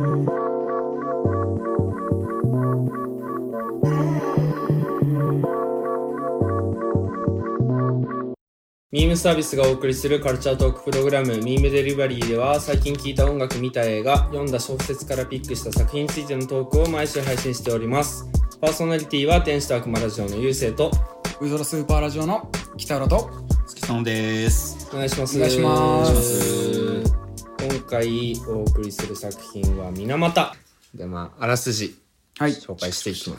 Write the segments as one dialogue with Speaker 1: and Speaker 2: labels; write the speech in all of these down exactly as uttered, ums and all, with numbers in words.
Speaker 1: ミームサービスがお送りするカルチャートークプログラムミームデリバリーでは、最近聴いた音楽、見た映画、読んだ小説からピックした作品についてのトークを毎週配信しております。パーソナリティは天使と悪魔ラジオのゆうせいと
Speaker 2: ウゾロスーパーラジオの北浦と
Speaker 3: 月さんです。
Speaker 1: お願いします。
Speaker 2: お願いします。
Speaker 1: 今回お送りする作品は水俣で、まああらすじ紹介していきます。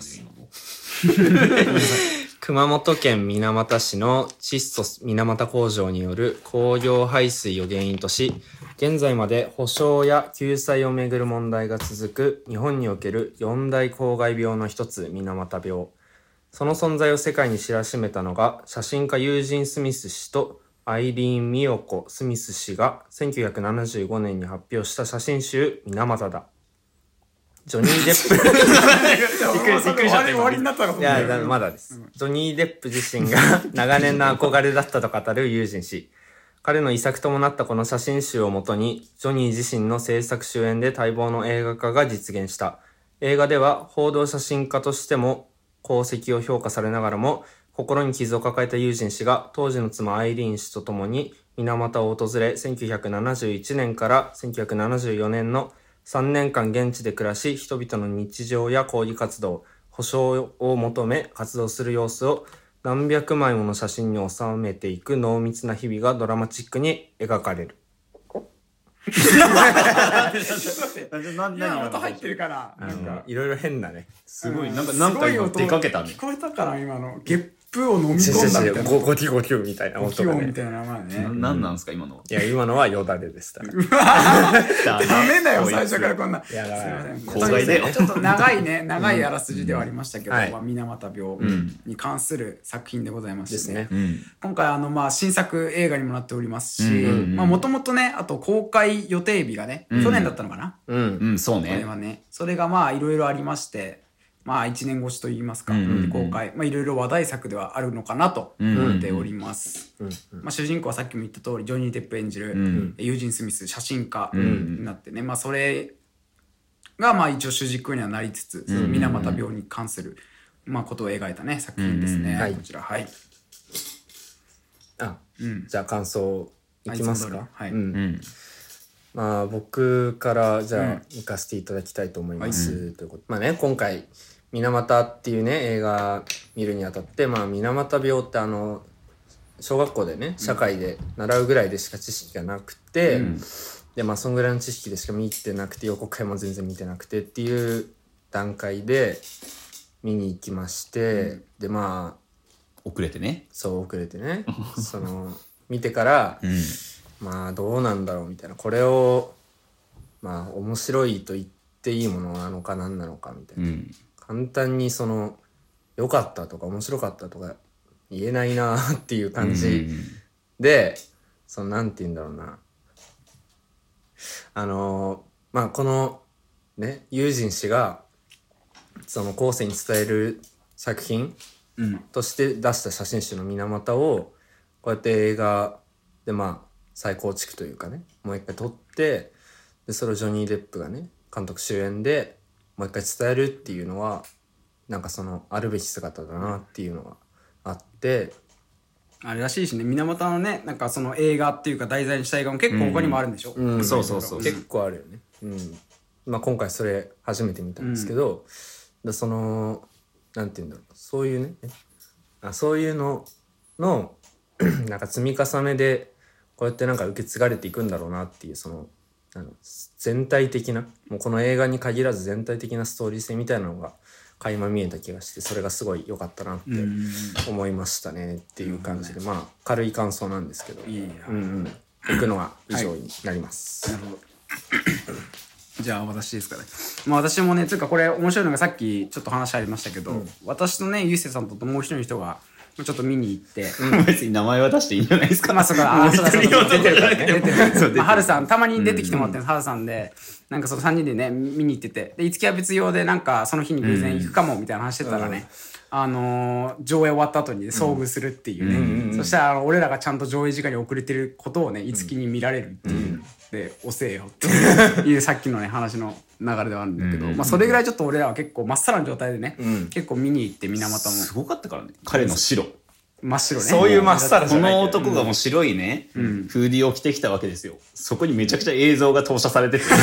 Speaker 1: はい熊本県水俣市の窒素水俣工場による工業排水を原因とし、現在まで補償や救済をめぐる問題が続く日本における四大公害病の一つ、水俣病。その存在を世界に知らしめたのが、写真家ユージン・スミス氏とアイリーン・ミヨコ・スミス氏がせんきゅうひゃくななじゅうごねんに発表した写真集水俣だ。ジョニー・デップびっくり
Speaker 2: びっくりしちゃった。終わりになったのかと思った。
Speaker 1: いや、まだです、うん。ジョニー・デップ自身が長年の憧れだったと語るユージン氏。彼の遺作ともなったこの写真集をもとに、ジョニー自身の制作主演で待望の映画化が実現した。映画では報道写真家としても功績を評価されながらも、心に傷を抱えたユージン氏が当時の妻アイリーン氏と共に水俣を訪れ、せんきゅうひゃくななじゅういちねんからせんきゅうひゃくななじゅうよねんのさんねんかん現地で暮らし、人々の日常や抗議活動、保障を求め活動する様子を何百枚もの写真に収めていく濃密な日々がドラマチックに描かれる。
Speaker 2: 今音入ってるから、
Speaker 1: なんかいろいろ変だね。
Speaker 3: すごい、なんかなんか今出かけたね。
Speaker 2: 聞こえたから今のゲップを飲み込んだみたいな。
Speaker 1: ゴゴキゴキみたいな音がね。
Speaker 2: みたいなまあね。
Speaker 3: なんなんですか今の。
Speaker 1: いや今のはよだれでした。ダ
Speaker 2: メだよ最初からこんな。
Speaker 1: いやだから
Speaker 3: 公害だよ。
Speaker 2: ちょっと長いね長いあらすじではありましたけど、まあ水俣病に関する作品でございましてね。今回あのまあ新作映画にもなっておりますし、まあもともとねあと公開予定日がね去年だったのかな。
Speaker 3: うんうんそうね。
Speaker 2: これはねそれがまあいろいろありまして。まあいちねん越しといいますか、うんうんうん、公開、まあいろいろ話題作ではあるのかなと思っております。うんうんうん、まあ主人公はさっきも言った通りジョニー・デップ演じる、うん、ユージン・スミス写真家になってね、うんうん、まあそれがまあ一応主軸にはなりつつ、その水俣病に関するまあことを描いたね作品ですね。うんうんはい、こちらはい。
Speaker 1: あ、うん、じゃあ感想いきますか。
Speaker 2: はい。
Speaker 1: うんうんまあ僕からじゃあ行かせていただきたいと思います、うん、ということまあね今回水俣っていうね映画見るにあたってまあ水俣病ってあの小学校でね社会で習うぐらいでしか知識がなくて、うん、でまあそんぐらいの知識でしか見てなくて予告編も全然見てなくてっていう段階で見に行きまして、うん、でまあ
Speaker 3: 遅れてね
Speaker 1: そう遅れてねその見てから、うんまあどうなんだろうみたいなこれをまあ面白いと言っていいものなのか何なのかみたいな、うん、簡単にその良かったとか面白かったとか言えないなっていう感じで、うん、そのなんて言うんだろうなあのまあこのねユージン氏がその後世に伝える作品として出した写真集の水俣をこうやって映画でまあ再構築というかねもう一回撮ってでそれをジョニー・デップがね監督主演でもう一回伝えるっていうのはなんかそのあるべき姿だなっていうのがあって
Speaker 2: あれらしいしね水俣のねなんかその映画っていうか題材にした映画も結構他にもあるんでしょ、
Speaker 1: うんうん、そうそうそう結構あるよね、うんまあ、今回それ初めて見たんですけど、うん、でそのなんていうんだろうそういうねあそういうののなんか積み重ねでこうやってなんか受け継がれていくんだろうなっていうそのあの全体的なもうこの映画に限らず全体的なストーリー性みたいなのが垣間見えた気がしてそれがすごい良かったなって思いましたねっていう感じでまあ軽い感想なんですけどいいや、うんうん、行くのは以上になります、
Speaker 2: はい、なるほどじゃあ私ですかねまあ私もねつうかこれ面白いのがさっきちょっと話ありましたけど、うん、私とねゆうせいさんともう一人の人がちょっと見に行って、
Speaker 3: うん、別に名前は出していいんじゃないですか。
Speaker 2: まあそうか、あそうだそうだ出てるからね。出てる。まあはるさんたまに出てきてもらってるはるさんで、なんかそのさんにんでね見に行ってて、でいつきは別用でなんかその日に偶然行くかもみたいな話してたらね、うん、あのー、上映終わった後に遭遇するっていうね。うんうん、そしたらあの俺らがちゃんと上映時間に遅れてることをねいつきに見られるっていう、うん、で遅えよっていうさっきのね話の流れではあるんだけど、まあそれぐらいちょっと俺らは結構まっさらな状態でね、結構見に行って水俣も
Speaker 3: すごかったからね。彼の白。
Speaker 2: 真っ白ね。
Speaker 1: そういうまっさらじ
Speaker 3: こ
Speaker 1: ゃないけど。
Speaker 3: の男がもう白いね、フーディーを着てきたわけですよ。そこにめちゃくちゃ映像が投射されてて。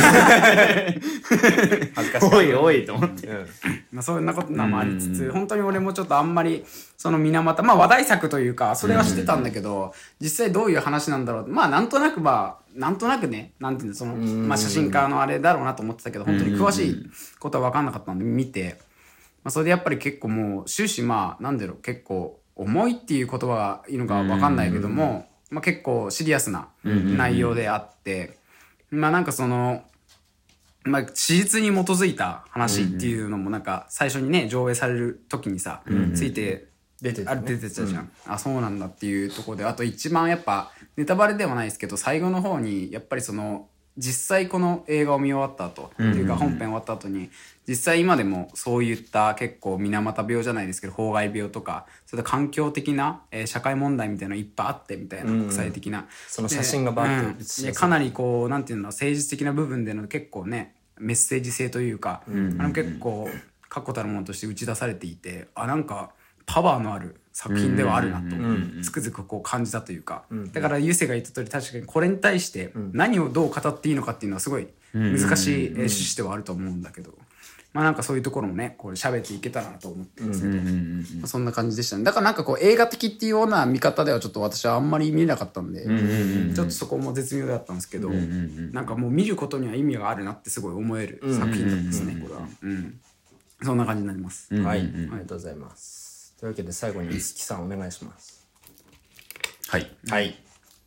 Speaker 1: 恥ずかしい。
Speaker 3: おいおいと思って。
Speaker 2: まあそんなこともありつつ、本当に俺もちょっとあんまり、その水俣、まあ話題作というか、それは知ってたんだけど、実際どういう話なんだろう。まあなんとなくまあ、なんとなくね、なんていうの、その、まあ写真家のあれだろうなと思ってたけど、本当に詳しいことは分かんなかったんで見て、まあそれでやっぱり結構もう終始まあ、なんだろう、結構、重いっていう言葉がいいのか分かんないけども、まあ、結構シリアスな内容であって、まあなんかその、まあ史実に基づいた話っていうのもなんか最初にね上映される時にさ、ついて
Speaker 1: 出てたね
Speaker 2: あれ出てたじゃん、あそうなんだっていうところで、あと一番やっぱネタバレではないですけど最後の方にやっぱりその実際この映画を見終わった後、っていうか本編終わった後に実際今でもそういった結構水俣病じゃないですけど法外病とかそういった環境的な、えー、社会問題みたいなのいっぱいあってみたいな国際的な、
Speaker 1: その写真がバーって
Speaker 2: で、うん、かなりこうなんていうの政治的な部分での結構ねメッセージ性というか、あの結構確固たるものとして打ち出されていて、あなんかパワーのある作品ではあるなとつくづくこう感じたというか、だからゆうせいが言った通り確かにこれに対して何をどう語っていいのかっていうのはすごい難しい趣旨ではあると思うんだけど、まあなんかそういうところもねこう喋っていけたらなと思ってるんですけど、まあ、そんな感じでしたね。だからなんかこう映画的っていうような見方ではちょっと私はあんまり見れなかったんで、ちょっとそこも絶妙だったんですけど、なんかもう見ることには意味があるなってすごい思える作品なんですね、これは。うん、そんな感じになります。
Speaker 1: はい、ありがとうございます。というわけで最後に五木さんお願いします。
Speaker 3: はい。
Speaker 1: はい。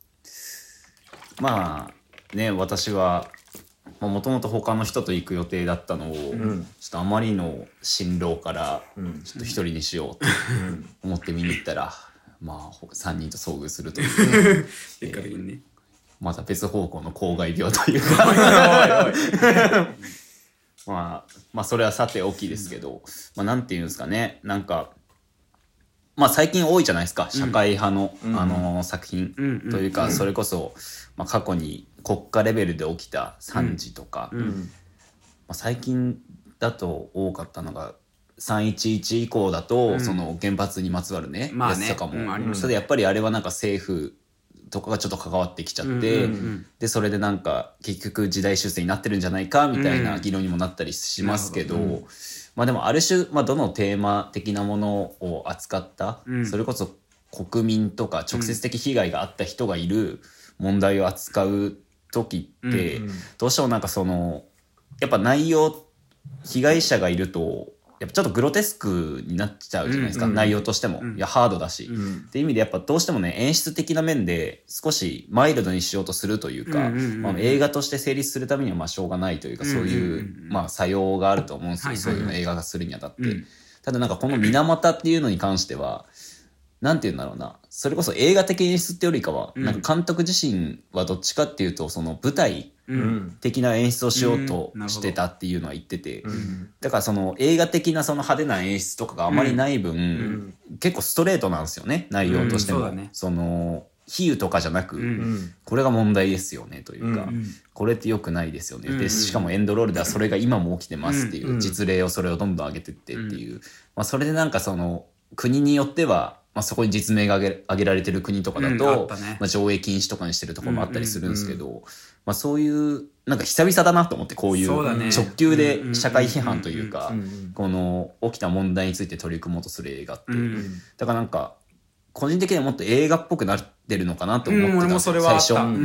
Speaker 3: まあね、私はもともと他の人と行く予定だったのを、うん、ちょっとあまりの辛労からちょっと一人にしようと思って見に行ったら、まあさんにんと遭遇するという
Speaker 2: 結果的にね、
Speaker 3: また別方向の公害病というかまあまあそれはさておきですけど、まあなんていうんですかね、なんかまあ最近多いじゃないですか、社会派の、うん、あのー、作品、うん、というか、それこそ、まあ、過去に国家レベルで起きた惨事とか、うんうん、まあ、最近だと多かったのがさんいちいち以降だと、うん、その原発にまつわるね、まあね、やつとかも、うん、それでやっぱりあれはなんか政府とかがちょっと関わってきちゃって、うんうんうん、でそれでなんか結局時代修正になってるんじゃないかみたいな議論にもなったりしますけど、うん、まあでもある種、まあ、どのテーマ的なものを扱った、うん、それこそ国民とか直接的被害があった人がいる問題を扱う時って、うんうん、どうしてもなんかそのやっぱ内容被害者がいるとやっぱちょっとグロテスクになっちゃうじゃないですか、うんうん、内容としても、うん、いやハードだし、うん、っていう意味でやっぱどうしてもね演出的な面で少しマイルドにしようとするというか、うんうんうん、まあ、映画として成立するためにはまあしょうがないというか、うんうんうん、そういう、まあ、作用があると思うんですよ、はいはいはい、そういうの映画がするにあたって、うん、ただなんかこの水俣っていうのに関してはなんていうんだろうな、それこそ映画的演出ってよりかは、うん、なんか監督自身はどっちかっていうとその舞台的な演出をしようとしてたっていうのは言ってて、うん、だからその映画的なその派手な演出とかがあまりない分、うん、結構ストレートなんですよね、内容としても、うん、 そうだね、その比喩とかじゃなく、うん、これが問題ですよねというか、うん、これって良くないですよね、うん、でしかもエンドロールではそれが今も起きてますっていう、うん、実例をそれをどんどん上げてってっていう、まあ、それでなんかその国によってはまあ、そこに実名が挙げ、挙げられてる国とかだと、うんね、まあ、上映禁止とかにしてるところもあったりするんですけど、うんうんうん、まあ、そういうなんか久々だなと思って、こういう直球で社会批判というかこの起きた問題について取り組もうとする映画って、うんうん、だからなんか個人的にはもっと映画っぽくなってるのかなと思ってたんですよ、最初、うんうん、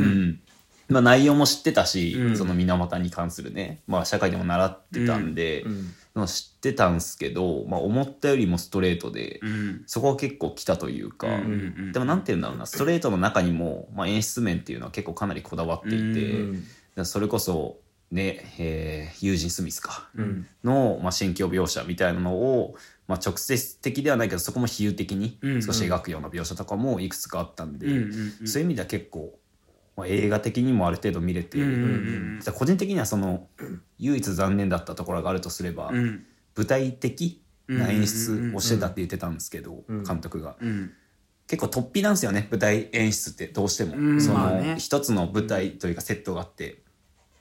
Speaker 3: まあ、内容も知ってたし、うん、その水俣に関するね、まあ、社会でも習ってたんで、うんうん知ってたんすけど、まあ、思ったよりもストレートで、うん、そこは結構来たというか、うんうんうん、でもなんていうんだろうな、ストレートの中にも、まあ、演出面っていうのは結構かなりこだわっていて、うんうん、それこそね、えー、ユージン・スミスか、うん、の、まあ、心境描写みたいなのを、まあ、直接的ではないけどそこも比喩的に少し描くような描写とかもいくつかあったんで、うんうんうん、そういう意味では結構まあ、映画的にもある程度見れて、うんうんうん、個人的にはその唯一残念だったところがあるとすれば、うん、舞台的な演出をしてたって言ってたんですけど、うんうんうん、監督が、うん、結構突飛なんですよね舞台演出ってどうしても、うん、その、まあね、一つの舞台というかセットがあって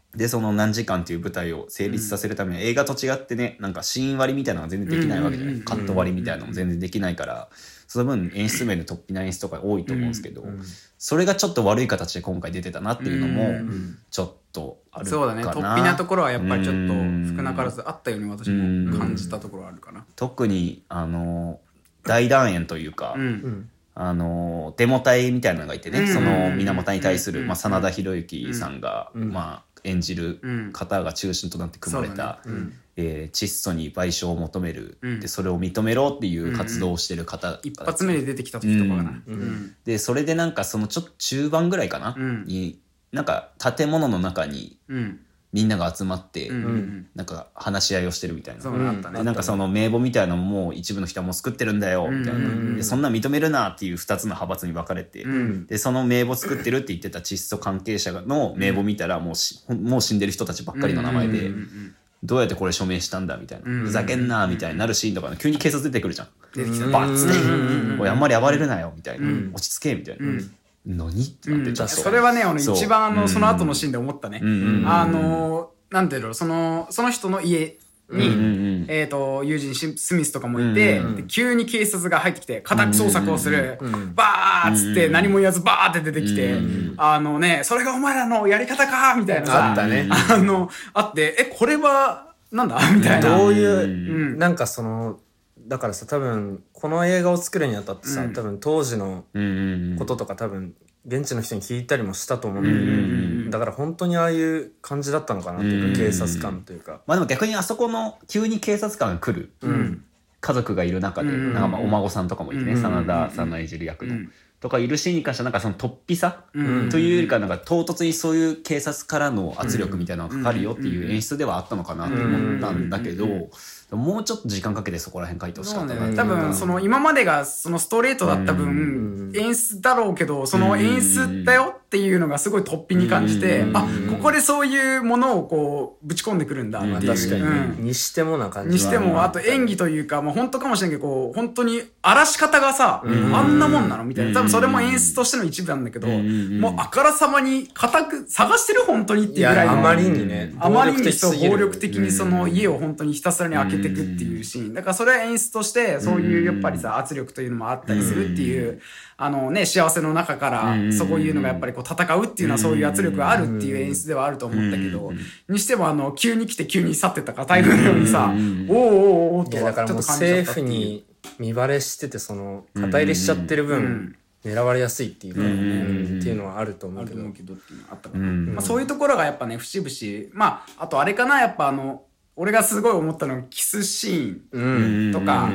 Speaker 3: でその何時間っていう舞台を成立させるために、うん、映画と違ってねなんかシーン割りみたいなのが全然できないわけじゃない、うん、カット割りみたいなのも全然できないから、その分演出面で突飛な演出とか多いと思うんですけど、うん、それがちょっと悪い形で今回出てたなっていうのもちょっとあるかな。
Speaker 2: そうだね、突飛なところはやっぱりちょっと少なからずあったように私も感じたところはあるかな。
Speaker 3: 特にあの大団円というか、うん、あのデモ隊みたいなのがいてね、うん、その水俣に対する、まあ、真田広之さんが、うん、まあ演じる方が中心となって組まれた、うん、えー、窒素に賠償を求める、うん、でそれを認めろっていう活動をしてる方、うんうん、
Speaker 2: 一発目で出てきた時とかかな、
Speaker 3: うんうん、でそれでなんかそのちょっと中盤ぐらいかな、うん、になんか建物の中にみんなが集まって、うん、なんか話し合いをしてるみたいな、うん、でなんかその名簿みたいなのも一部の人はもう作ってるんだよみたいな、うん、でそんな認めるなっていうふたつの派閥に分かれて、うん、でその名簿作ってるって言ってた窒素関係者の名簿見たらもうし、もう死んでる人たちばっかりの名前で、うんうんうん、どうやってこれ署名したんだみたいな、うん、ふざけんなみたいになるシーンとか急に警察出てくるじゃん、出てきたバッツね、おいあんまり暴れるなよみたいな、うん、落ち着けみたいな、うん、何ってなって、ちょっと
Speaker 2: それはね俺一番あのその後のシーンで思ったね、うん、あのなんていうの、そのその人の家に、うんうんうん、えーと友人スミスとかもいて、うんうん、で急に警察が入ってきて家宅捜索をする、うんうん、バーっつって何も言わずバーって出てきて、うんうん、あのねそれがお前らのやり方かみたいなさ、
Speaker 1: あったね、
Speaker 2: あのあってえこれはなんだみたいな、
Speaker 1: どういう、うん、なんかそのだからさ多分この映画を作るにあたってさ、うん、多分当時のこととか多分現地の人に聞いたりもしたと思うんだけど、うんうんうん、だから本当にああいう感じだったのかなっていうか、うんうん、警察官というか、
Speaker 3: まあでも逆にあそこの急に警察官が来る、うん、家族がいる中で、うんうん、なんかまあお孫さんとかもいてね、うんうん、真田さんの演じる役の、うん、とかいるシーンに関してはなんかその突飛さ、うん、というよりかなんか唐突にそういう警察からの圧力みたいなのがかかるよっていう演出ではあったのかなと思ったんだけど、うんうんうんうん、もうちょっと時間かけてそこら辺書いてほしかったな、
Speaker 2: ね、多分その今までがそのストレートだった分演出だろうけど、その演出だよっていうのがすごい突飛に感じて、あここでそういうものをこうぶち込んでくるんだっていう、
Speaker 1: 確かに、うん、にしてもな感じ
Speaker 2: にしても、あと演技というかもう本当かもしれないけどこう本当に荒らし方がさあんなもんなのみたいな、多分それも演出としての一部なんだけど、もうあからさまに固く探してる本当にっていうぐらいの、
Speaker 1: あまりにね
Speaker 2: あまりにそう暴力的にその家を本当にひたすらに開けていくっていうシーンだから、それは演出としてそういうやっぱりさ圧力というのもあったりするっていう、あのね幸せの中からそういうのがやっぱりこう戦うっていうのはそういう圧力があるっていう演出ではあると思ったけど、にしてもあの急に来て急に去ってったから台風のようにさ、おーおーおーとはちょっと感じちゃったっていう。いやだからもう
Speaker 1: 政府に見バレしててその肩入れしちゃってる分狙われやすいっていうか、うんうん、っていうのはあると思うけど、
Speaker 2: けどっていうのはあったかな、うんまあ、そういうところがやっぱね節々、まああとあれかな、やっぱあの俺がすごい思ったのがキスシーンとか、うん、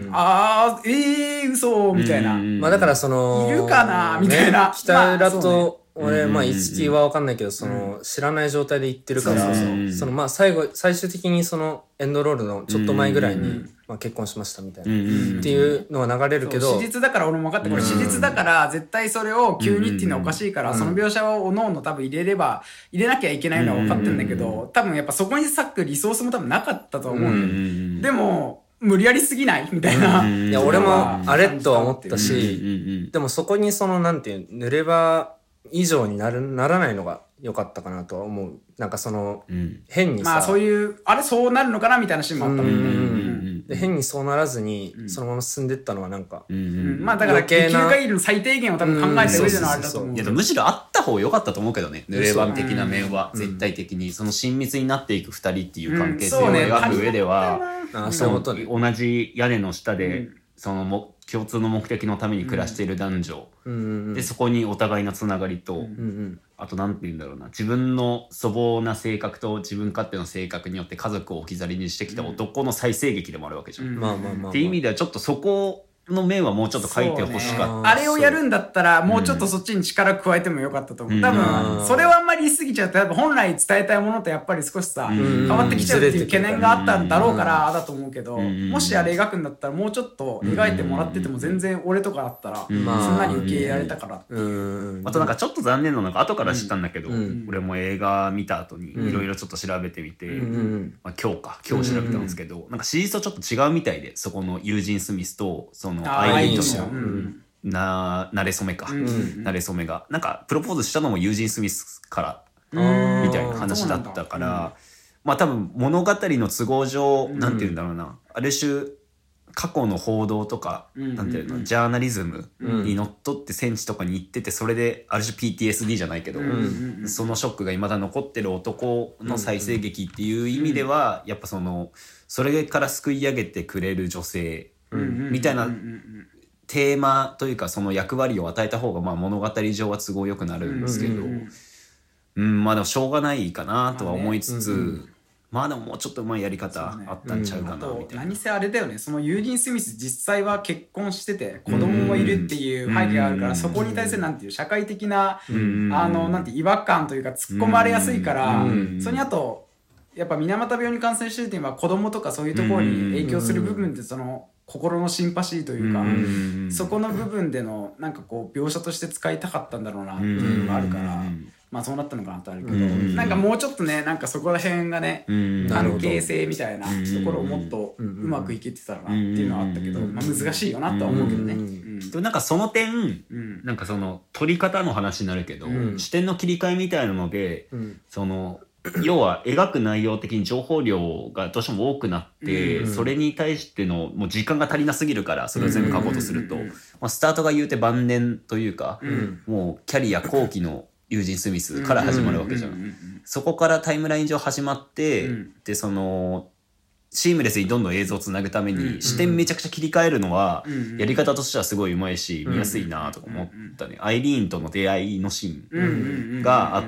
Speaker 2: あーえー嘘みたいな、うん、
Speaker 1: まあだからその
Speaker 2: いるかなみたいな、
Speaker 1: ね、北浦と、まあ俺、まあ、五木は分かんないけど、その、知らない状態で行ってるから、そうそうそう、その、まあ、最後、最終的にその、エンドロールのちょっと前ぐらいに、まあ、結婚しましたみたいな、っていうのが流れるけど。
Speaker 2: 史実だから俺も分かって、これ史実だから、絶対それを急にっていうのはおかしいから、その描写をおのおの多分入れれば、入れなきゃいけないのは分かってるんだけど、多分やっぱそこに割くリソースも多分なかったと思うのよ。でも、無理やりすぎないみたいな。
Speaker 1: いや、俺もあれとは思ったし、でもそこにその、なんていう、濡れ場、以上になるならないのが良かったかなとは思う。なんかその、うん、変にさ、
Speaker 2: まあそういうあれそうなるのかなみたいなシーンもあったもんね。
Speaker 1: で変にそうならずに、うん、そのまま進んでったのはなんか、うんうん、
Speaker 2: まあだから救急外の最低限を多分考えた上でのあれだと思う。
Speaker 3: いやむしろあった方が良かったと思うけどね。濡れ場的な面は絶対的にその親密になっていく二人っていう関係性を描く上では、
Speaker 1: うん、そういうことね。
Speaker 3: 同じ屋根の下で、うん、そのも共通の目的のために暮らしている男女、うん、でそこにお互いのつながりと、うん、あとなんて言うんだろうな、自分の粗暴な性格と自分勝手の性格によって家族を置き去りにしてきた男の再生劇でもあるわけじゃん、うん、っていう意味ではちょっとそこの面はもうちょっと書いてほしかった、
Speaker 2: ね、あれをやるんだったらもうちょっとそっちに力加えてもよかったと思う、うん、多分それはあんまり言い過ぎちゃうと多分本来伝えたいものとやっぱり少しさ、うん、変わってきちゃうっていう懸念があったんだろうからだと思うけど、うん、もしあれ描くんだったらもうちょっと描いてもらってても全然俺とかだったらそんなに受け入れられたからっていう、
Speaker 3: うん、あとなんかちょっと残念なのが後から知ったんだけど、うん、俺も映画見た後にいろいろちょっと調べてみて、うんまあ、今日か今日調べたんですけど、うん、なんか史実とちょっと違うみたいで、そこのユージン・スミスとそのアイリーとのうん、な慣れ初めか、うん、慣れ初めがなんかプロポーズしたのもユージン・スミスからみたいな話だったから、まあ多分物語の都合上、なんて言うんだろうな、ある種過去の報道とか、なんていうの、ジャーナリズムにのっとって戦地とかに行ってて、それである種 ピーティーエスディー じゃないけど、そのショックが未だ残ってる男の再生劇っていう意味では、やっぱそのそれから救い上げてくれる女性みたいなテーマというか、その役割を与えた方がまあ物語上は都合よくなるんですけど、うん、まあでもしょうがないかなとは思いつつ、まあでももうちょっとうまいやり方あったんちゃうかなみたいな。
Speaker 2: 何せあれだよね、そのユージン・スミス実際は結婚してて子供もいるっていう背景があるから、そこに対するなんていう社会的なあのなんて違和感というか突っ込まれやすいから、それにあとやっぱ水俣病に感染してるっていうのは子供とかそういうところに影響する部分ってその心のシンパシーというか、そこの部分でのなんかこう描写として使いたかったんだろうなっていうのがあるから、まあそうなったのかなとあるけど、なんかもうちょっとね、なんかそこら辺がね、関係性みたいなところをもっとうまくいけてたらなっていうのはあったけど、まあ難しいよなとは思うけどね。
Speaker 3: でもなんかその点、なんかその撮り方の話になるけど、視点の切り替えみたいなので、その要は描く内容的に情報量がどうしても多くなって、うん、それに対してのもう時間が足りなすぎるから、それを全部書こうとすると、まあ、スタートが言うて晩年というか、うん、もうキャリア後期のユージン・スミスから始まるわけじゃん。そこからタイムライン上始まって、うん、でそのシームレスにどんどん映像をつなぐために視点めちゃくちゃ切り替えるのはやり方としてはすごいうまいし見やすいなとか思ったね。アイリーンとの出会いのシーンがあって、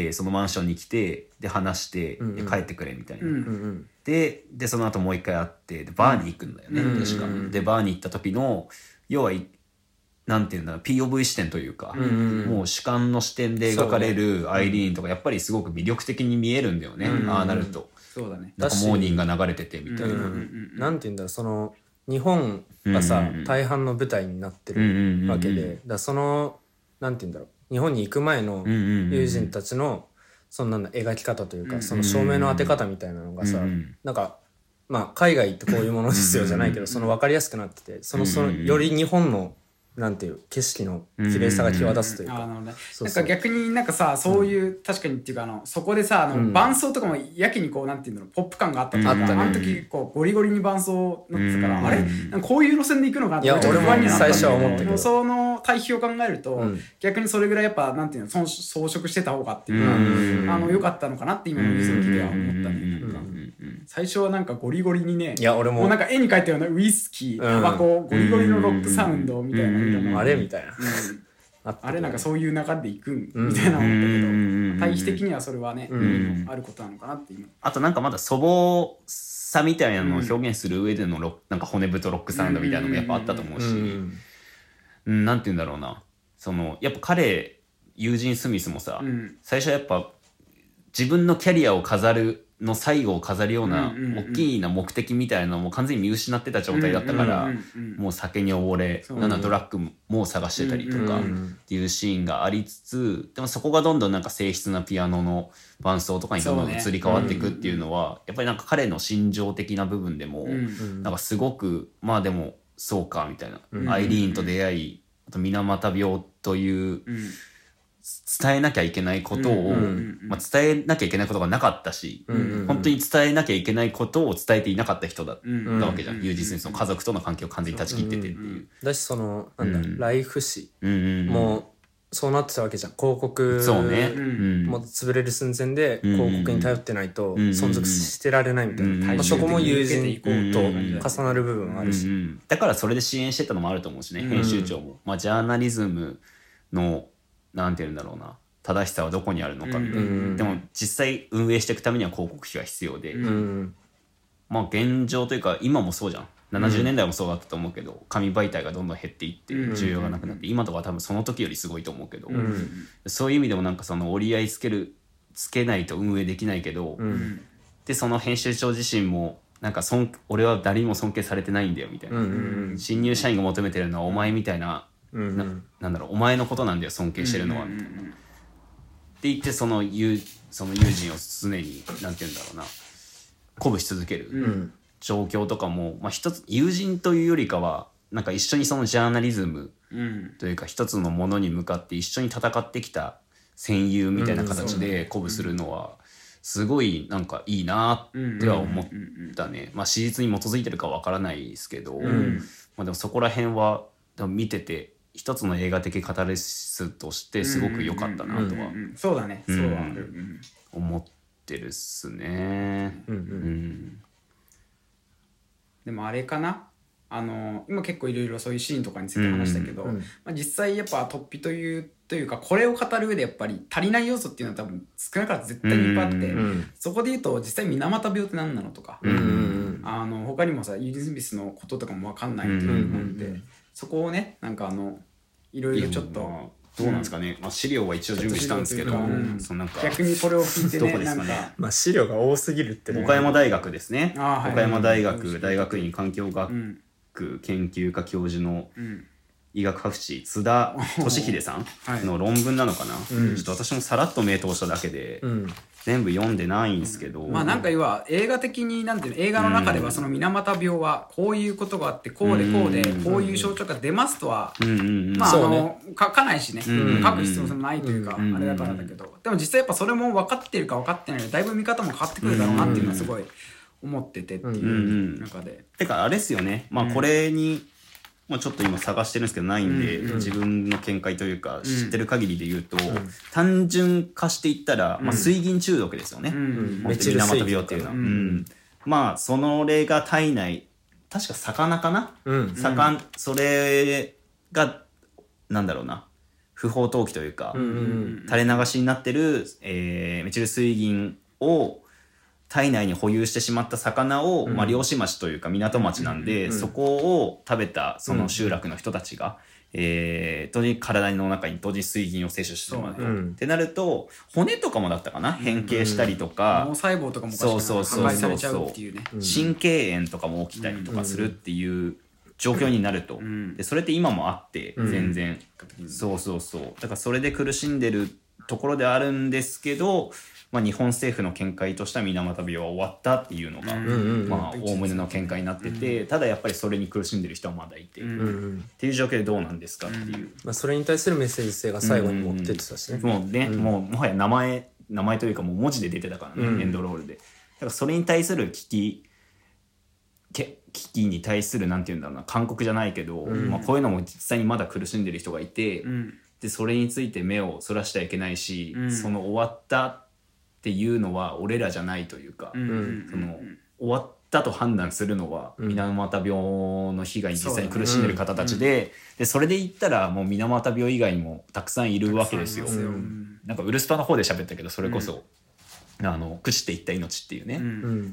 Speaker 3: そのマンションに来てで話してで帰ってくれみたいな。ででその後もう一回会ってでバーに行くんだよね、確か。でバーに行った時の要はなんていうんだ ピーオーブイ 視点というか、もう主観の視点で描かれるアイリーンとかやっぱりすごく魅力的に見えるんだよね、ああなると。
Speaker 2: そうだね、
Speaker 3: なんかモーニングが流れててみたいな、
Speaker 1: なんていうんだろう、その日本がさ、うんうん、大半の舞台になってるわけで、うんうんうん、だそのなんていうんだろう、日本に行く前の友人たちのそんな描き方というか、その照明の当て方みたいなのがさ、うんうん、なんかまあ海外ってこういうものですよじゃないけど、その分かりやすくなってて、そのそのより日本のなんていう景色の綺麗さが際立つというか、うんうんうん、あ、
Speaker 2: そうそう、なんか逆になんかさ、そういう、うん、確かにっていうか、あのそこでさ、あの、うん、伴奏とかもやけにこうなんていうんだろう、ポップ感があったというか、うん、あの時こうゴリゴリに伴奏なってたから、うん、あれなんかこういう路線で行くのかなって、
Speaker 1: いや俺も最初は思ったけど、
Speaker 2: その対比を考えると、うん、逆にそれぐらいやっぱなんていうの、装飾してた方がっていうか、うん、あの良かったのかなって今のニュースを聞いては思ったね。うん、最初はなんかゴリゴリにね、
Speaker 1: いや俺も
Speaker 2: もうなんか絵に描いたようなウイスキー、タバコ、ゴリゴリのロックサウンドみたいな、うん、
Speaker 1: あれみたいな。うん、
Speaker 2: あ, あれなんかそういう流れでいくんみたいな思ったけど、対比的にはそれはね、うん、あることなのかなっていう。
Speaker 3: あとなんかまだ粗暴さみたいなのを表現する上でのロック、なんか骨太ロックサウンドみたいなのもやっぱあったと思うし、うんうん、なんて言うんだろうな、そのやっぱ彼ユージン・スミスもさ、うん、最初はやっぱ自分のキャリアを飾るの最後を飾るような大きな目的みたいなのも完全に見失ってた状態だったから、もう酒に溺れ、なんならドラッグも探してたりとかっていうシーンがありつつ、でもそこがどんどんなんか静筆なピアノの伴奏とかにどんどん移り変わっていくっていうのは、やっぱりなんか彼の心情的な部分でもなんかすごく、まあでもそうかみたいな、アイリーンと出会い、あと水俣病という伝えなきゃいけないことを、うんうんうん、まあ、伝えなきゃいけないことがなかったし、うんうんうん、本当に伝えなきゃいけないことを伝えていなかった人だったわけじゃん、うんうんうん、ユージン・スミスの家族との関係を完全に断ち切っててっていう、うんうんうん、
Speaker 1: だしそのなんだ、うん、ライフ誌もそうなってたわけじゃん。広告
Speaker 3: そうね、
Speaker 1: もう潰れる寸前で広告に頼ってないと存続してられないみたいな、うんうんうん、そこも友人と重なる部分もあるし、
Speaker 3: うんうん、だからそれで支援してたのもあると思うしね、編集長も、まあ、ジャーナリズムのなんて言うんだろうな、正しさはどこにあるのかみたいな、うんうん、でも実際運営していくためには広告費が必要で、うんうん、まあ現状というか今もそうじゃん、ななじゅうねんだいもそうだったと思うけど、紙媒体がどんどん減っていって需要がなくなって、今とかは多分その時よりすごいと思うけど、うんうん、そういう意味でもなんかその折り合いつけるつけないと運営できないけど、うん、でその編集長自身もなんか尊俺は誰にも尊敬されてないんだよみたいな、うんうんうん、新入社員が求めてるのはお前みたいな、うんうん、な, なんだろうお前のことなんだよ尊敬してるのはみたいな、うんうんうん、って言ってその友その友人を常になんて言うんだろうな鼓舞し続ける状況とかも、まあ、一つ友人というよりかはなんか一緒にそのジャーナリズムというか一つのものに向かって一緒に戦ってきた戦友みたいな形で鼓舞するのはすごいなんかいいなっては思ったね。まあ史実に基づいてるかわからないですけど、まあでもそこら辺は見てて一つの映画的カタルシスとしてすごく良かったなとは
Speaker 2: そうだね、そうはある、
Speaker 3: 思ってるっすね。うんうん、
Speaker 2: でもあれかな、あの今結構いろいろそういうシーンとかについて話したけど、うんうん、まあ、実際やっぱ突飛というというかこれを語る上でやっぱり足りない要素っていうのは多分少なからず絶対にいっぱいあって、うんうん、そこで言うと実際水俣病って何なのとか、うんうん、あの他にもさユリズミスのこととかも分かんないっていうのがあって、うんうん、そこをねなんかあのいろいろちょっと
Speaker 3: どうなんですかね、まあ、資料は一応準備したんですけど、うん、そのなんか
Speaker 2: 逆にこれを聞いてね
Speaker 3: どこですかね、
Speaker 1: なんかまあ資料が多すぎるってね、
Speaker 3: 岡山大学ですね、はい、岡山大学大学院環境学研究科教授の医学博士津田俊秀さんの論文なのかな、はい、ちょっと私もさらっと目通しただけで、うん、全部読んでないんですけど、
Speaker 2: うん、まあなんか要は映画的になんていうの映画の中ではその水俣病はこういうことがあってこうでこうでこういう症状が出ますとは、うん、まああの、ね、書かないしね、うん、書く必要もないというか、うん、あれだからだけど、でも実際やっぱそれも分かってるか分かってないのでだいぶ見方も変わってくるだろうなっていうのはすごい思っててっていう中で、うんうん、
Speaker 3: てかあれですよね、まあこれに、うんまあ、ちょっと今探してるんですけどないんで、うんうん、自分の見解というか知ってる限りで言うと、うん、単純化していったら、まあ、水銀中毒ですよね、うんうん、水俣病っていうのは、うんうん、まあその例が体内確か魚かな、うん、魚それがなんだろうな不法投棄というか、うんうん、垂れ流しになってる、えー、メチル水銀を体内に保有してしまった魚を、うん、まあ、漁師町というか港町なんで、うんうん、そこを食べたその集落の人たちが、うんえー、当時体の中に当時水銀を摂取してしまうと、うん、ってなると骨とかもだったかな変形したりとか、
Speaker 2: うん、脳細胞とかもおかしくない破壊されちゃうっていうね、
Speaker 3: 神経炎とかも起きたりとかするっていう状況になると、うん、でそれって今もあって全然、うん、そうそうそうだからそれで苦しんでるところであるんですけど、まあ、日本政府の見解としては水俣病は終わったっていうのがおおむねの見解になってて、うん、ただやっぱりそれに苦しんでる人はまだいて、うん、っていう状況でどうなんですかっていう、
Speaker 1: まあ、それに対するメッセージ性が最後に持ってってたしね、
Speaker 3: うん、もうね、うん、もうもはや名前名前というかもう文字で出てたからね、うん、エンドロールでだからそれに対する危機危機に対するなんていうんだろうな勧告じゃないけど、うんまあ、こういうのも実際にまだ苦しんでる人がいて、うん、でそれについて目をそらしてはいけないし、うん、その終わったっていうのは俺らじゃないというか、うん、その終わったと判断するのは水俣病の被害に実際に苦しんでる方たちで、うん、でそれで言ったらもう水俣病以外にもたくさんいるわけですよ。うん、なんかウルスパの方で喋ったけどそれこそ、うん、あの朽ちていった命っていうね、うん、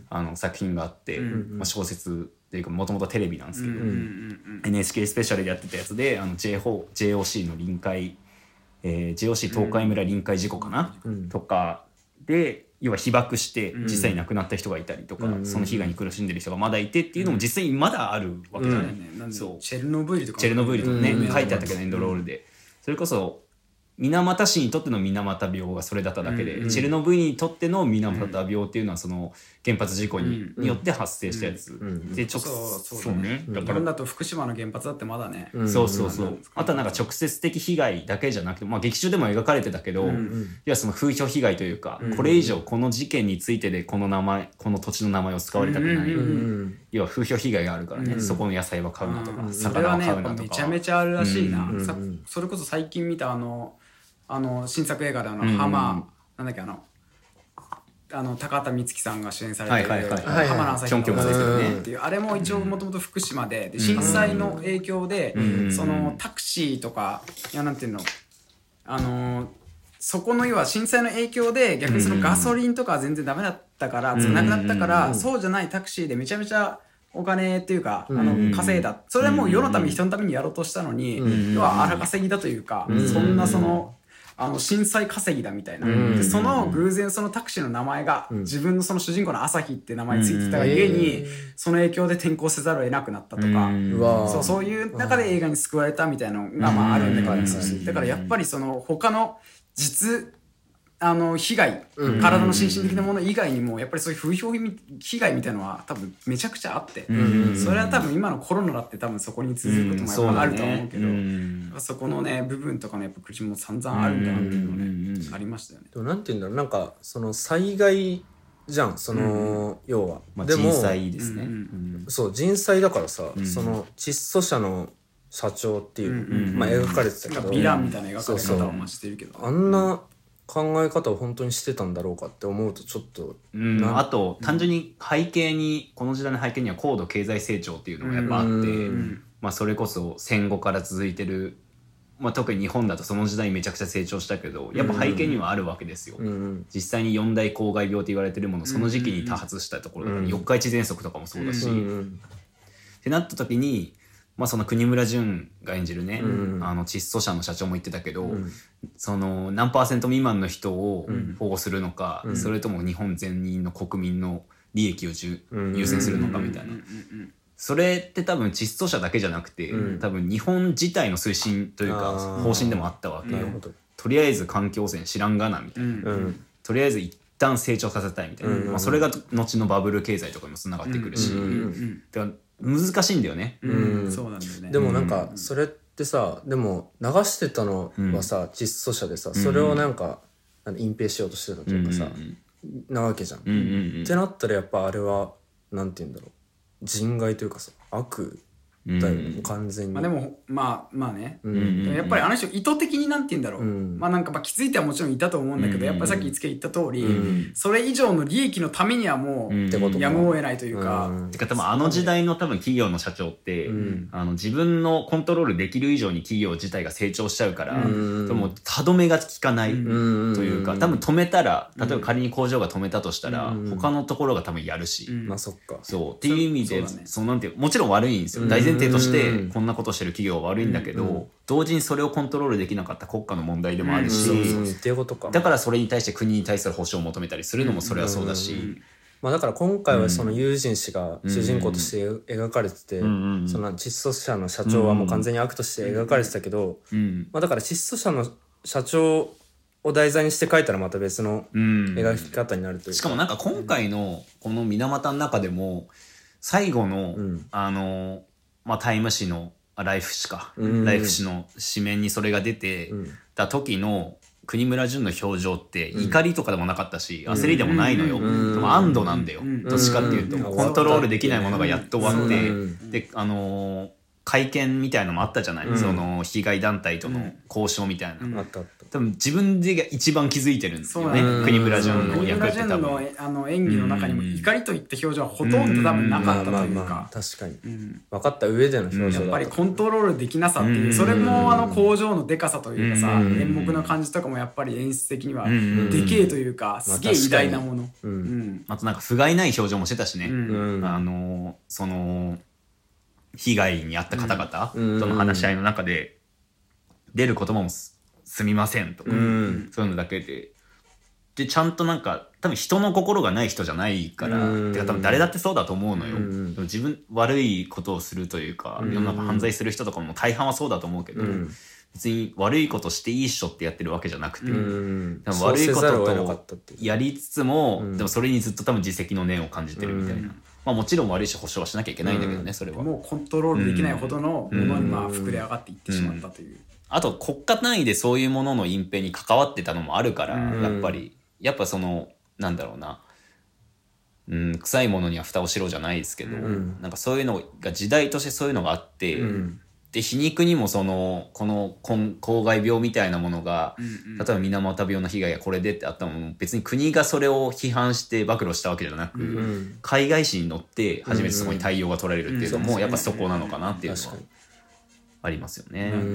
Speaker 3: あの作品があって、うんまあ、小説っていうかもともとテレビなんですけど、うん、エヌエイチケー スペシャルでやってたやつであの ジェイオーシー の臨海、えー、ジェイオーシー 東海村臨海事故かな、うん、とかで要は被爆して実際に亡くなった人がいたりとか、うん、その被害に苦しんでる人がまだいてっていうのも実際にまだあるわけじゃない、うん、
Speaker 2: そうチェルノブイリとか
Speaker 3: チェルノブイリとかね、うん、書いてあったけどエンドロールで、うん、それこそ水俣市にとっての水俣病がそれだっただけで、うんうん、チェルノブイリにとっての水俣病っていうのはその原発事故に、うん、によって発生したやつ、うんうん、で直
Speaker 2: そうそうねだからだと福島の原発だってまだね、
Speaker 3: うん、そうそうそうあとはなんか直接的被害だけじゃなくて、まあ、劇中でも描かれてたけど、うんうん、要はその風評被害というか、うん、これ以上この事件についてでこの名前この土地の名前を使われたくない、うんうんうん、要は風評被害があるからね、うん、そこの野菜は買うなとか、うん、魚は買うなとか、
Speaker 2: ね、めちゃめちゃあるらしいな、うんうん、それこそ最近見たあのあの新作映画であの、うん、浜なんだっけあのあの高畑充希さんが主演されてる浜野朝日のっていうあれも一応もともと福島で、で震災の影響で、うん、そのタクシーとかいやなんていうのあのそこの要は震災の影響で逆にそのガソリンとかは全然ダメだったから、うん、なくなったから、うん、そうじゃないタクシーでめちゃめちゃお金っていうか、うん、あの稼いだそれはもう世のために人のためにやろうとしたのに、うん、要は荒稼ぎだというか、うん、そんなそのあの震災稼ぎだみたいな、うん、でその偶然そのタクシーの名前が、うん、自分のその主人公の朝日って名前ついてたがゆえに、うん、その影響で転校せざるを得なくなったとか、うん、そう、そういう中で映画に救われたみたいなのがまああるんだけど、だからやっぱりその他の実あの被害、うん、体の心身的なもの以外にもやっぱりそういう風評被害みたいなのは多分めちゃくちゃあって、うん、それは多分今のコロナだって多分そこに続くこともやっぱあるとは思うけど、うん、そこのね部分とかのやっぱ苦しみも散々あるんだなっていうのはね、うん、ありましたよね。
Speaker 1: でもなんていうんだろう、なんかその災害じゃん、その、うん、要は、
Speaker 3: まあ、でも人災ですね、うん
Speaker 1: うん、そう人災だからさ、うん、その窒素車の社長っていう、うんうん、まあ描かれてたけど、
Speaker 2: ヴィランみたいな描かれ方をましてるけど、
Speaker 1: そうそう、あんな考え方を本当にしてたんだろうかって思うとちょっと、
Speaker 3: うん、あと単純に背景に、この時代の背景には高度経済成長っていうのがやっぱあって、うん、まあ、それこそ戦後から続いてる、まあ、特に日本だとその時代めちゃくちゃ成長したけどやっぱ背景にはあるわけですよ、うん、実際に四大公害病と言われてるもの、その時期に多発したところだから、うん、四日市喘息とかもそうだし、うん、ってなった時に、まあ、その国村淳が演じるね、うん、あの窒素社の社長も言ってたけど、うん、その何パーセント未満の人を保護するのか、うん、それとも日本全人の国民の利益を優先するのかみたいな、それって多分窒素社だけじゃなくて、うん、多分日本自体の推進というか方針でもあったわけよ。とりあえず環境汚染知らんがなみたいな、うん、とりあえず一旦成長させたいみたいな、うん、まあ、それが後のバブル経済とかにもつながってくるし、うんうんうん、だから難しいんだよね、
Speaker 2: うんうん、そうなんだよね。
Speaker 1: でもなんかそれってさ、でも流してたのはさ、うん、窒素社でさ、それをなんか隠蔽しようとしてたというかさ、うんうん、なわけじゃん、うんうんうん、ってなったらやっぱあれはなんて言うんだろう、人害というかさ、悪だよね、うん、完全に。
Speaker 2: まあでもまあまあね、うん、やっぱりあの人意図的になんて言うんだろう、うん、まあなんかまあ気づいてはもちろんいたと思うんだけど、うん、やっぱりさっきいつけ言った通り、うん、それ以上の利益のためにはもうやむを得ないというか、
Speaker 3: うん、てか多分あの時代の多分企業の社長って、うん、あの自分のコントロールできる以上に企業自体が成長しちゃうから、うん、でも歯止めが効かないというか、多分止めたら、例えば仮に工場が止めたとしたら、うん、他のところが多分やるし、うん、
Speaker 1: まあそっか、
Speaker 3: そうっていう意味で、そう、ね、そうなんてもちろん悪いんですよ、大前提としてこんなことしてる企業は悪いんだけど、うん、同時にそれをコントロールできなかった国家の問題でもあるし、だからそれに対して国に対する保障を求めたりするのもそれはそうだし、うんうん、
Speaker 1: まあ、だから今回はそのユージン氏が主人公として描かれてて、うんうん、その窒素社の社長はもう完全に悪として描かれてたけど、うんうん、まあ、だから窒素社の社長を題材にして書いたらまた別の描き方になるというか、
Speaker 3: しかもなんか今回のこの水俣の中でも最後の、うん、あのまあ、タイム誌のライフ誌か、うん、ライフ誌の紙面にそれが出てた時の国村淳の表情って怒りとかでもなかったし、うん、焦りでもないのよ、うん、でも安堵なんだよ、うん、どっちかっていうと、うん、コントロールできないものがやっと終わって、うん、であのー会見みたいのもあったじゃない、うん、その被害団体との交渉みたいな、うん、多分自分で一番気づいてるんですよね、国村淳の役って多分。
Speaker 2: 国村淳のあの演技の中にも怒りといった表情はほとんど多分なかったというか、まあまあまあ、
Speaker 1: 確かに、うん、分かった上での表情だと、
Speaker 2: やっぱりコントロールできなさっていう、うん、それもあの工場のでかさというかさ、うん、演目の感じとかもやっぱり演出的にはでけえというか、うん、すげえ偉大なもの、
Speaker 3: うんうん、あとなんか不甲斐ない表情もしてたしね、うん、あのその被害に遭った方々との話し合いの中で出る言葉も す, すみませんとか、うん、そういうのだけででちゃんとなんか多分人の心がない人じゃないから、うん、てか多分誰だってそうだと思うのよ、うん、でも自分悪いことをするというか、うん、世の中犯罪する人とかも大半はそうだと思うけど、うん、別に悪いことしていいっしょってやってるわけじゃなくて、うん、でも悪いこととやりつつも、うん、でもそれにずっと多分自責の念を感じてるみたいな、うん、まあ、もちろん悪いし保証はしなきゃいけないんだけどね、うん、それは
Speaker 2: もうコントロールできないほどのものにまあ膨れ上がっていってしまったという、うんうん、
Speaker 3: あと国家単位でそういうものの隠蔽に関わってたのもあるから、うん、やっぱりやっぱそのなんだろうな、うん、臭いものには蓋をしろじゃないですけど、うん、なんかそういうのが時代としてそういうのがあって、うん、で皮肉にもそのこの公害病みたいなものが、うんうん、例えば水俣病の被害がこれでってあったもの別に国がそれを批判して暴露したわけじゃなく、うん、海外紙に載って初めてそこに対応が取られるっていうのもやっぱそこなのかなっていうのはありますよね。うんうん、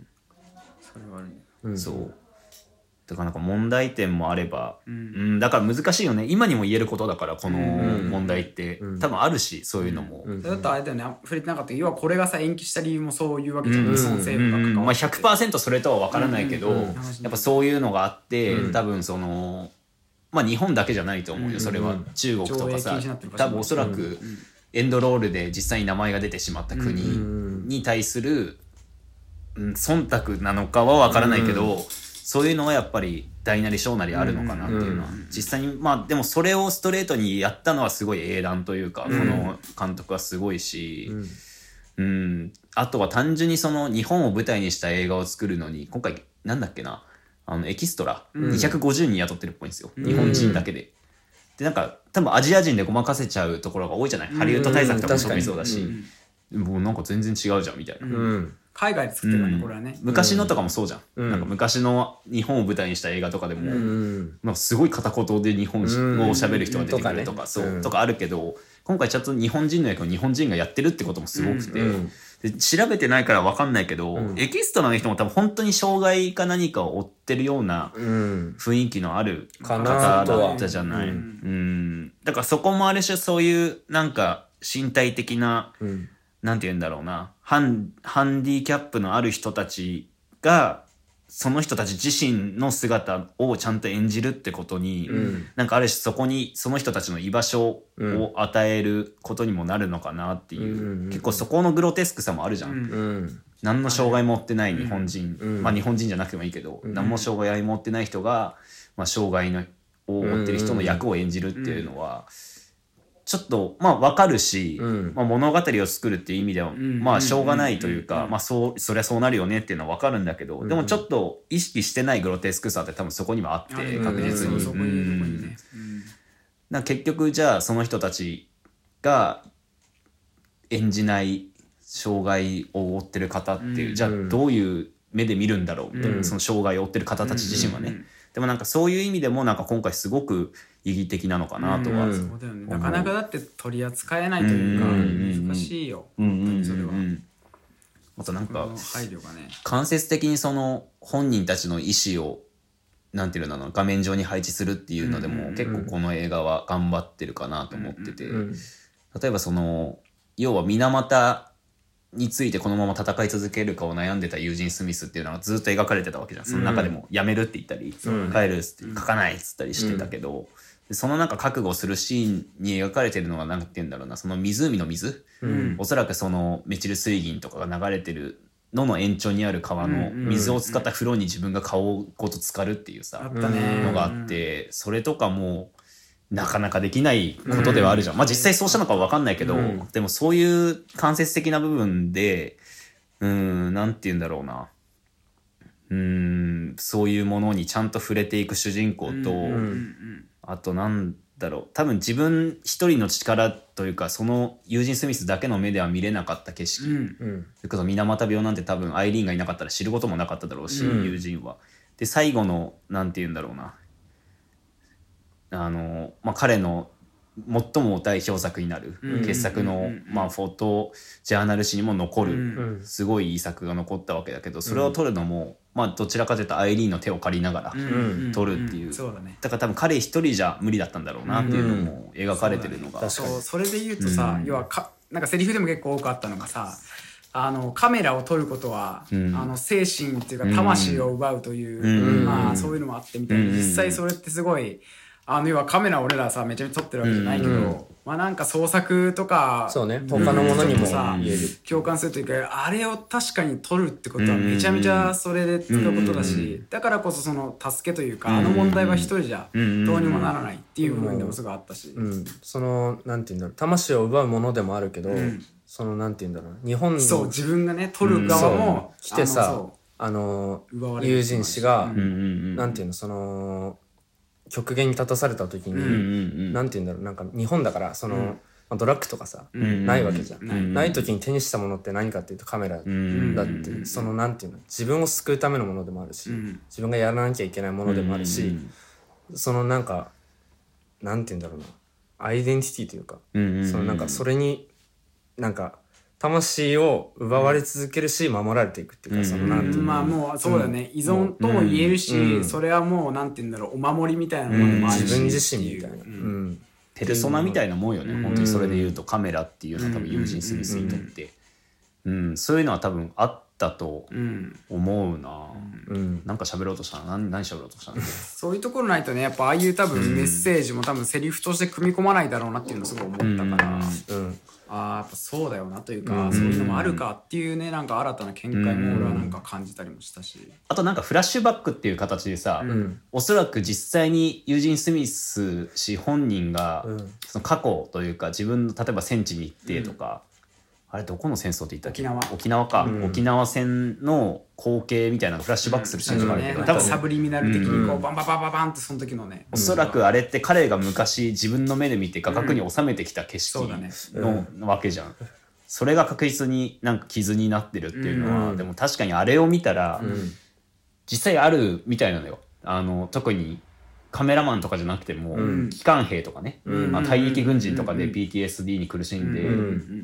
Speaker 2: それはね、
Speaker 3: うん、そうだからなんか問題点もあれば、うんうん、だから難しいよね。今にも言えることだからこの問題って、うん、多分あるしそういうのも、
Speaker 2: うんうん、だとあれだよね、触れてなかったけど要はこれがさ延期した理由もそういうわけじゃない、うん、その政府が関わって、
Speaker 3: まあ、ひゃくパーセント それとは分からないけど、うんうんうん、やっぱそういうのがあって、うん、多分そのまあ日本だけじゃないと思うよ、それは中国とかさ、多分おそらくエンドロールで実際に名前が出てしまった国に対する、うん、忖度なのかは分からないけど、うん、そういうのはやっぱり大なり小なりあるのかなっていうのは、実際にまあでもそれをストレートにやったのはすごい英断というか、この監督はすごいし、うん、あとは単純にその日本を舞台にした映画を作るのに今回なんだっけな、あのエキストラにひゃくごじゅうにん雇ってるっぽいんですよ、日本人だけで。でなんか多分アジア人でごまかせちゃうところが多いじゃない、ハリウッド対策とかも特にそうだし、もうなんか全然違うじゃんみたいな。
Speaker 2: 海外で作ってるからね、これはね。
Speaker 3: 昔のとかもそうじゃん、うん、なんか昔の日本を舞台にした映画とかでも、うん、なんかすごい片言で日本語を喋る人が出てくるとか、うん、そう、うん、とかあるけど、今回ちゃんと日本人の役を日本人がやってるってこともすごくて、うん、で調べてないから分かんないけど、うん、エキストラの人も多分本当に障害か何かを負ってるような雰囲気のある方だったじゃない、うんうん、だからそこもある種そういうなんか身体的な、うんなんて言うんだろうな、ハン、ハンディキャップのある人たちがその人たち自身の姿をちゃんと演じるってことに、うん、なんかある種そこにその人たちの居場所を与えることにもなるのかなっていう、うん、結構そこのグロテスクさもあるじゃん、うん、何の障害も負ってない日本人、うん、まあ日本人じゃなくてもいいけど、うん、何も障害も負ってない人が、まあ、障害のを持ってる人の役を演じるっていうのは、うんちょっとまあ分かるし、うんまあ、物語を作るっていう意味では、うん、まあしょうがないというか、うんまあ、そうそりゃそうなるよねっていうのは分かるんだけど、うん、でもちょっと意識してないグロテスクさって多分そこにはあって、うん、確実に。うん、だ結局じゃあその人たちが演じない障害を負ってる方っていう、うん、じゃあどういう目で見るんだろうみたいな、うん、その障害を負ってる方たち自身はね。うんでもなんかそういう意味でもなんか今回すごく意義的なのかなとは、うん、
Speaker 2: そうだよね、なかなかだって取り扱えないというか難しいよ、うんうん、本当にそれは、うんうん、
Speaker 3: あとなんか
Speaker 2: 配慮がね
Speaker 3: 間接的にその本人たちの意思をなんていうの画面上に配置するっていうのでも、うん、結構この映画は頑張ってるかなと思ってて、うんうん、例えばその要は水俣についてこのまま戦い続けるかを悩んでたユージン・スミスっていうのがずっと描かれてたわけじゃん。その中でもやめるって言ったり、うん、帰るって書かないっつったりしてたけど、うん、でそのなんか覚悟するシーンに描かれてるのが何て言うんだろうな、その湖の水、うん、おそらくそのメチル水銀とかが流れてるのの延長にある川の水を使った風呂に自分が顔ごと浸かるっていうさ、うん、のがあって、それとかもなかなかできないことではあるじゃん。うん、まあ実際そうしたのかは分かんないけど、うん、でもそういう間接的な部分で、うーん、なんて言うんだろうな。うーん、そういうものにちゃんと触れていく主人公と、うん、あとなんだろう、多分自分一人の力というか、そのユージン・スミスだけの目では見れなかった景色。うん、それこそ水俣病なんて多分アイリーンがいなかったら知ることもなかっただろうし、うん、ユージンは。で、最後の、なんて言うんだろうな。あのまあ、彼の最も代表作になる傑作の、まあ、フォトジャーナル誌にも残るすごいいい作が残ったわけだけど、それを撮るのも、まあ、どちらかというとアイリーンの手を借りながら撮るっていう、だから多分彼一人じゃ無理だったんだろうなっていうのも描かれてるのが、
Speaker 2: うん、そうだね、そうそれで言うとさ、うん、要はかなんかセリフでも結構多くあったのがさ、あのカメラを撮ることは、うん、あの精神っていうか魂を奪うという、うんまあ、そういうのもあってみたいな、うん、実際それってすごいあの要はカメラ俺らさめちゃめちゃ撮ってるわけじゃないけど、うんうん、まあなんか創作とか
Speaker 1: そうね他のものにも
Speaker 2: さ共感するというか、あれを確かに撮るってことはめちゃめちゃそれで使うことだし、うんうん、だからこそその助けというか、うんうん、あの問題は一人じゃどうにもならないっていう部分でもすごいあったし、
Speaker 1: うんうん、そのなんていうんだろう、魂を奪うものでもあるけど、うん、そのなんていうんだろう、日本の
Speaker 2: そう自分がね撮る側も、
Speaker 1: うん、来てさあの友人氏が、うんうん、なんていうのその極限に立たされた時に、うんうんうん、なんて言うんだろう、なんか日本だからその、うんまあ、ドラッグとかさ、うんうん、ないわけじゃん、うんうん、ない時に手にしたものって何かっていうとカメラだって、うんうん、そのなんていうの自分を救うためのものでもあるし、うん、自分がやらなきゃいけないものでもあるし、うんうん、そのなんかなんて言うんだろうな、アイデンティティというか、うんうんうん、そのなんかそれになんか魂を奪われ続けるし守られていくっていうか、うん、そのなんていうの、
Speaker 2: まあもうそうだね、うん、依存とも言えるし、うん、それはもうなんていうんだろう、お守りみたいなものもあるし、
Speaker 1: 自分自身みたいな、うん、
Speaker 3: ペルソナみたいなもんよね、うん、本当にそれで言うとカメラっていうのは多分ユージン・スミスにとって、うんうん、そういうのは多分あったと思うな、うん、なんか喋ろうとしたな、何何喋ろうとしたんだ
Speaker 2: そういうところないとね、やっぱああいう多分メッセージも多分セリフとして組み込まないだろうなっていうのをすごい思ったから、
Speaker 1: うんうん
Speaker 2: ああやっぱそうだよなというか、うん、そういうのもあるかっていうね、なんか新たな見解も俺はなんか感じたりもしたし、うん、
Speaker 3: あとなんかフラッシュバックっていう形でさ、うん、おそらく実際にユージン・スミス氏本人がその過去というか自分の例えば戦地に行ってとか、うん、あれどこの戦争って言ったっけ？
Speaker 2: 沖縄
Speaker 3: 沖縄か、うん、沖縄戦の光景みたいなのフラッシュバックするシーンがあるけど、
Speaker 2: うん、多分サブリミナル的にこうバンバンバンバンバンってその時のね、
Speaker 3: おそらくあれって彼が昔自分の目で見て画角に収めてきた景色のわけじゃん。それが確実になんか傷になってるっていうのは、うん、でも確かにあれを見たら、うん、実際あるみたいなのよ。あの特にカメラマンとかじゃなくても、うん、機関兵とかね、うんまあ、退役軍人とかで ピーティーエスディー に苦しんで、うん、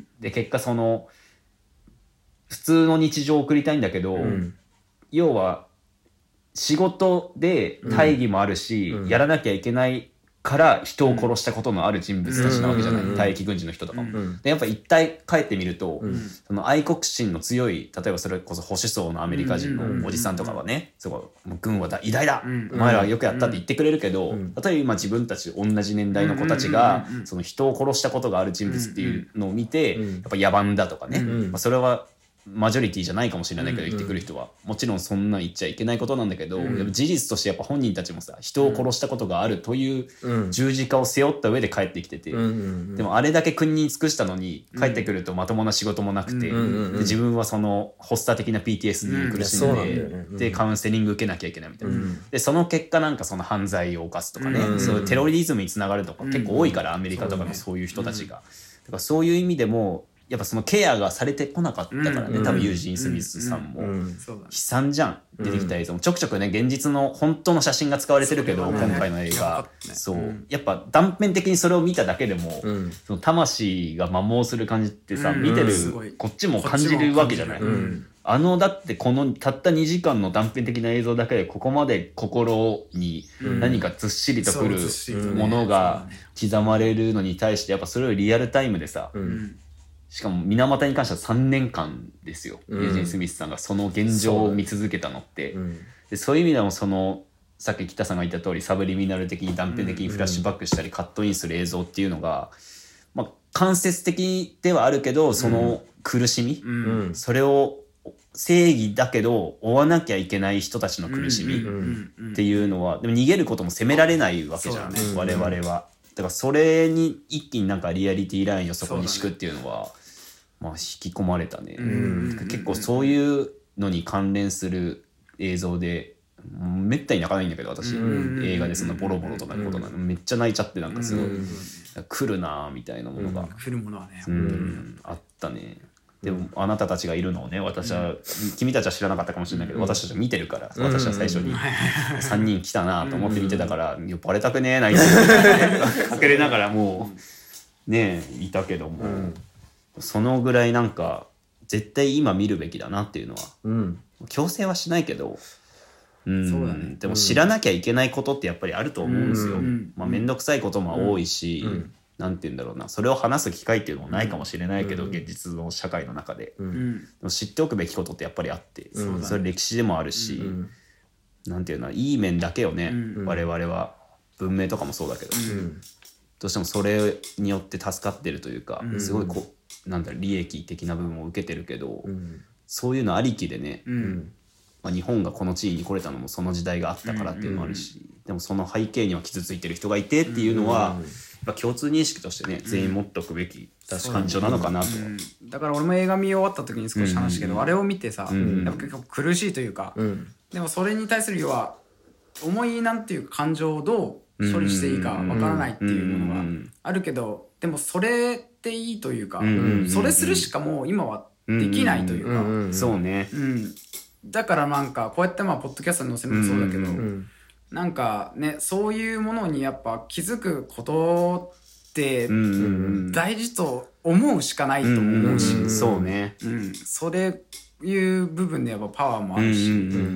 Speaker 3: で結果その普通の日常を送りたいんだけど、うん、要は仕事で大義もあるし、うん、やらなきゃいけないから人を殺したことのある人物たちなわけじゃない、うん、退役軍人の人とかも、うん、でやっぱ一体帰ってみると、うん、その愛国心の強い、例えばそれこそ保守層のアメリカ人のおじさんとかはね、すごい軍は偉大だ、うん、お前らはよくやったって言ってくれるけど、うん、例えば今自分たち同じ年代の子たちが、うん、その人を殺したことがある人物っていうのを見て、うん、やっぱ野蛮だとかね、うんまあ、それはマジョリティじゃないかもしれないけど言ってくる人は、うんうん、もちろんそんな言っちゃいけないことなんだけど、うん、でも事実としてやっぱ本人たちもさ人を殺したことがあるという十字架を背負った上で帰ってきてて、うんうんうん、でもあれだけ国に尽くしたのに帰ってくるとまともな仕事もなくて、うんうんうん、で自分はその発作的な ピーティーエスディー に苦しんで、うん、でカウンセリング受けなきゃいけないみたいな、うん、でその結果なんかその犯罪を犯すとかね、うんうん、そういうテロリズムにつながるとか結構多いから、アメリカとかのそういう人たちが、だからそういう意味でもやっぱそのケアがされてこなかったからね、うん、多分ユージン・スミスさんも、うんうん、悲惨じゃん、出てきた映像もちょくちょくね現実の本当の写真が使われてるけど、今回の映画そう、ね、そうやっぱ断片的にそれを見ただけでも、うん、その魂が摩耗する感じってさ、うん、見てるこっちも感じるわけじゃない、うん、あのだってこのたったにじかんの断片的な映像だけでここまで心に何かずっしりとくるものが刻まれるのに対してやっぱそれをリアルタイムでさ、うんしかも水俣に関してはさんねんかんですよ、うん、ユージン・スミスさんがその現状を見続けたのって、 そう、うん、でそういう意味でもそのさっき北さんが言った通りサブリミナル的に断片的にフラッシュバックしたりカットインする映像っていうのが、まあ、間接的ではあるけどその苦しみ、うん、それを正義だけど追わなきゃいけない人たちの苦しみっていうのはでも逃げることも責められないわけじゃん、ね、我々は。だからそれに一気になんかリアリティラインをそこに敷くっていうのはまあ引き込まれたね。結構そういうのに関連する映像でめったに泣かないんだけど私映画でそんなボロボロとかのことなのめっちゃ泣いちゃってなんかすごい来るなみたいなものが
Speaker 2: 来るものはね
Speaker 3: あったね。でもあなたたちがいるのをね私は、うん、君たちは知らなかったかもしれないけど、うん、私たちは見てるから、うん、私は最初にさんにん来たなと思って見てたから、うん、バレたくねえなかけれながらもうねえいたけども、うん、そのぐらいなんか絶対今見るべきだなっていうのは、うん、強制はしないけど、うんそうだね、でも知らなきゃいけないことってやっぱりあると思うんですよ、うんまあ、めんどくさいことも多いし、うんうんなんて言うんだろうなそれを話す機会っていうのもないかもしれないけど、うん、現実の社会の中で、うん、でも知っておくべきことってやっぱりあって、うん、それ歴史でもあるし、うん、なんていうのいい面だけをね、うん、我々は文明とかもそうだけど、うん、どうしてもそれによって助かってるというか、うん、すごいこうなんだろう利益的な部分を受けてるけど、うん、そういうのありきでね、うんまあ、日本がこの地位に来れたのもその時代があったからっていうのもあるし、うんうん、でもその背景には傷ついてる人がいてっていうのは、うんうんやっぱ共通認識としてね全員持っておくべき感情なのかなと、うん
Speaker 2: うん、だから俺も映画見終わった時に少し話したけど、うん、あれを見てさ、うん、やっぱ結構苦しいというか、うん、でもそれに対する要は重いなんていう感情をどう処理していいかわからないっていうものがあるけどでもそれっていいというか、うん、それするしかもう今はできないというか、うんうん、
Speaker 3: そうね、うん、
Speaker 2: だからなんかこうやってまあポッドキャストに載せるのもそうだけど、うんうんなんかねそういうものにやっぱ気づくことって大事と思うしかないと思うし、
Speaker 3: うんうんうん、そうね、
Speaker 2: うん、それいう部分でやっぱパワーもあるし、うんうんうん、っ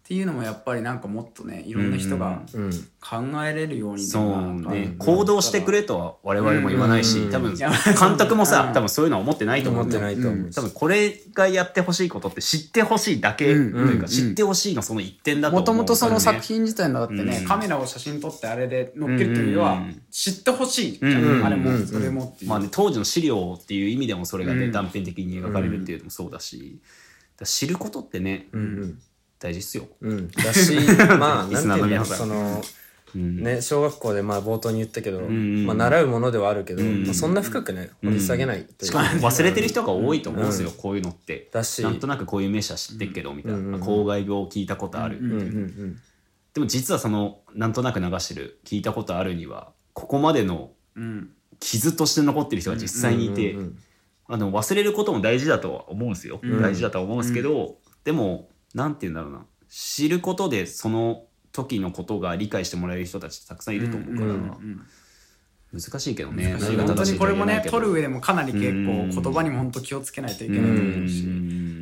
Speaker 2: っていうのもやっぱりなんかもっとねいろんな人が考えれるように、
Speaker 3: そうね、行動してくれとは我々も言わないし、多分監督もさ多分そういうのは思ってないと思うんだよ。多分これがやってほしいことって知ってほしいだけというか、知ってほしいのその一点だと思う。
Speaker 2: もともとその作品自体のだってね、カメラを写真撮ってあれで載っけるというよりは知ってほしいじゃん、あれもそれもっていう。
Speaker 3: まあね、当時の資料っていう意味でもそれがね断片的に描かれるっていうのもそうだし、知ることってね大事っすよ。
Speaker 1: うん、だし、まあ、なんていうんだろう、その、うん、ね、小学校でまあ冒頭に言ったけど、うん、まあ習うものではあるけど、うんまあ、そんな深くね、掘り下げないというか、
Speaker 3: うん、忘れてる人が多いと思うんですよ、うん、こういうのって。だし、なんとなくこういう名詞は知ってるけど、みたいな。うんまあ、公害病を聞いたことある、みたいな。うんうんうん、でも実はその、なんとなく流してる、聞いたことあるには、ここまでの傷として残ってる人が実際にいて、あの忘れることも大事だとは思うんですよ。うん、大事だとは思うんですけど、うん、でも、なんて言うんだろうな。知ることでその時のことが理解してもらえる人たちってたくさんいると思うから、うんうんうん、難しいけどね。
Speaker 2: 本当にこれもね、取る上でもかなり結構言葉にも本当気をつけないといけないと思うし、うん、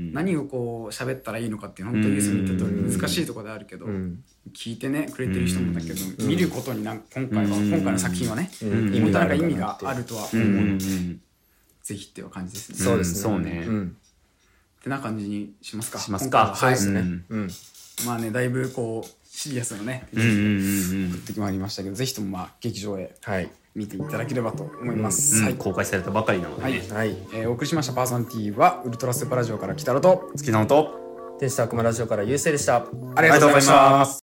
Speaker 2: 何をこう喋ったらいいのかって本当にユースに言った通り難しいところであるけど、うん、聞いてねくれてる人もだけど、うん、見ることになんか今回は、うん、今回の作品はね、うん、意味がある意味があるとは思うので、うん、ぜひっていう感じですね。
Speaker 1: そうですね。
Speaker 3: そうね。
Speaker 2: うんってな感じにしますか。
Speaker 3: しますか。
Speaker 2: はい。
Speaker 1: そうですね。
Speaker 2: うん。まあね、だいぶこうシリアスなね、送ってきまいりましたけど、ぜひともまあ劇場へ見ていただければと思います。
Speaker 3: うん
Speaker 2: はい。
Speaker 3: 公開されたばかりなのでね。
Speaker 2: はい。えー、お送りしましたパーソナリティはウルトラスーパーラジオから北野と
Speaker 3: 月野と
Speaker 1: 天使と悪魔ラジオからゆうせいでした。
Speaker 2: ありがとうございます。